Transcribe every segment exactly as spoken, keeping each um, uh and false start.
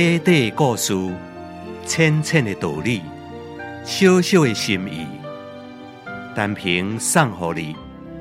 短短的故事，浅浅的道理，小小的心意，单凭送予你。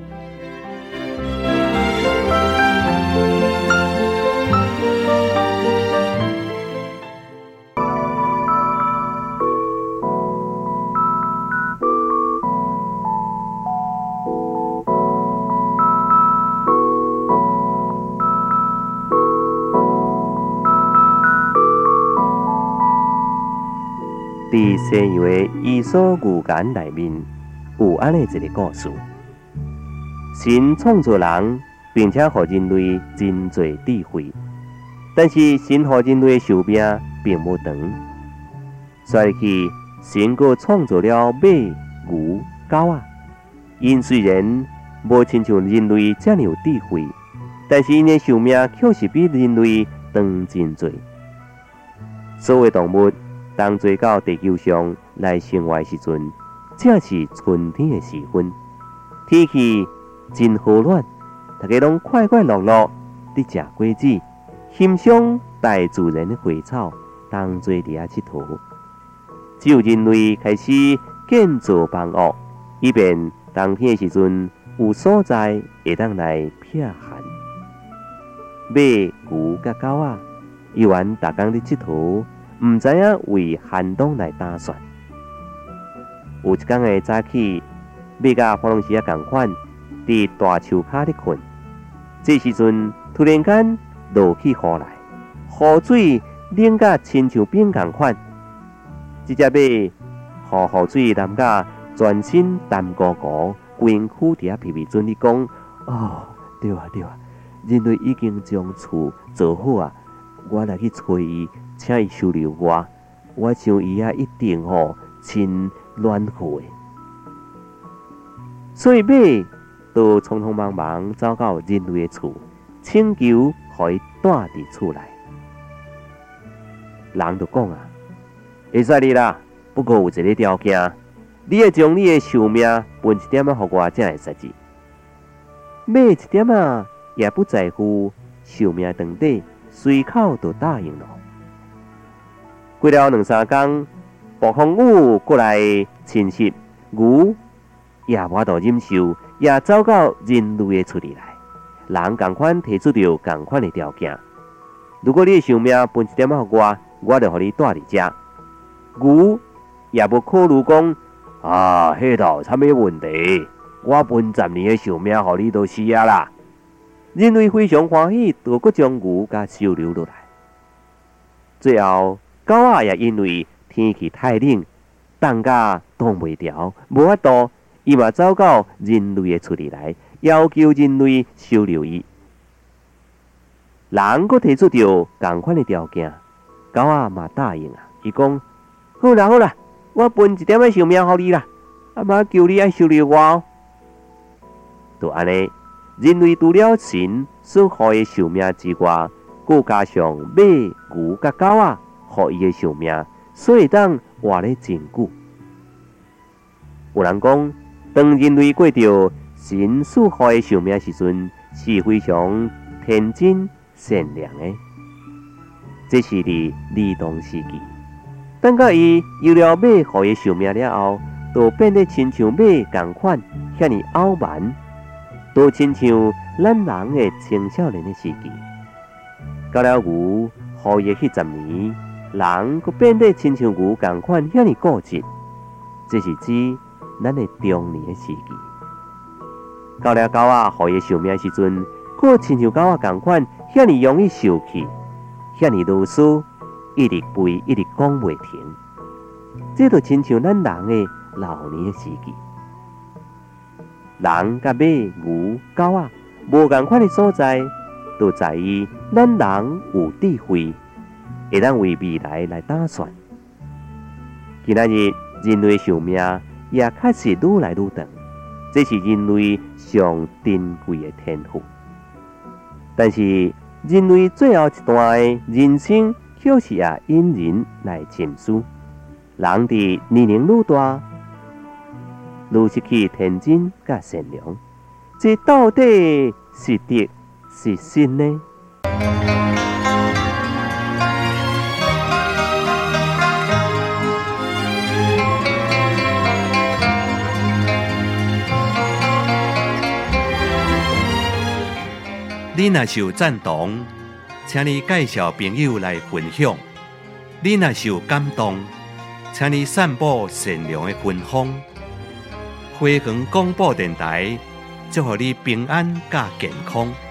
伫西洋的《伊索寓言》内面，有安尼一个故事：神创造人，并且予人类真侪智慧，但是神予人类的寿命并无长。所以去，神阁创造了马、牛、狗仔。因虽然无亲像人类这么有智慧，但是因的寿命却是比人类长真侪。所有动物当做到地球上来生活的时阵，正是春天的时分，天气真和暖，大家拢快快乐乐伫食果子，欣赏大自然的花草，当做伫遐佚佗。只有人类开始建造房屋，以便冬天的时阵有所在会当来避寒。马、牛、甲狗仔，伊原逐工伫佚佗。唔知影为寒冬来打算。有一天的早起，马甲花龙时啊共款，伫大树骹咧困。这时阵突然间落起雨来，雨水冷甲亲像冰共款。这只马，予雨水淋甲全身湿糊糊，规躯伫遐皮皮准。你讲，哦，对啊对啊，人类已经将厝做好啊，我来去找伊。请伊收留我，我想伊啊一定吼、哦、真暖和的。所以马就匆匆忙忙走到人类的厝，请求互伊住伫厝内。人就讲啊，会使你啦，不过有一个条件，你要将你的寿命分一点仔互我，才会使至。马一点仔也不在乎寿命长短，随口就答应了。过了两三天，暴风雨过来侵袭，牛也无法度忍受，也走到人类的厝里来。人同款提出着同款的条件：如果你的寿命分一点仔互我，我就互你住伫遮。牛也无考虑讲啊，迄头啥物问题？我分十年的寿命互你就是啊啦。人类非常欢喜，就搁将牛甲收留落来。最后，狗仔也因为天气太冷，冻甲冻袂牢，无法度，伊嘛走到人类的厝里来，要求人类收留伊。人佫提出着同款的条件，狗仔嘛答应啊。伊讲：好啦好啦，我分一点仔寿命互你啦，啊嘛求你爱收留我哦。就安尼，人类除了神所予的寿命之外，佫加上马、牛甲狗仔。予伊的寿命，所以当活咧真久。有人讲，当人类过着神所予的寿命时阵，是非常天真善良的。这是伫儿童时期。等到伊有了马予伊寿命了后，就变得亲像马同款，遐尼傲慢，都亲像咱人的青少年的时期。到了牛予伊迄十年。人佫变得亲像牛同款，遐尼固执，这是指咱的中年的时期。到了狗仔予伊寿命时阵，佫亲像狗仔同款，遐尼容易受气，遐尼啰嗦，一直吠，一直讲袂停。这就亲像咱人的老年的时期。人甲马、牛、狗仔无同款的所在，就在于咱人有智慧。会当为未来来打算。今仔日人类寿命也确实愈来愈长，这是人类上珍贵的天赋。但是人类最后一段的人生，却是也因人来沉思。人伫年龄愈大，愈失去天真甲善良，这到底是得是失呢？ 你若是有赞同，请你介绍朋友来分享；你若是有感动，请你散布善良的芬芳。花园广播电台，祝福你平安加健康。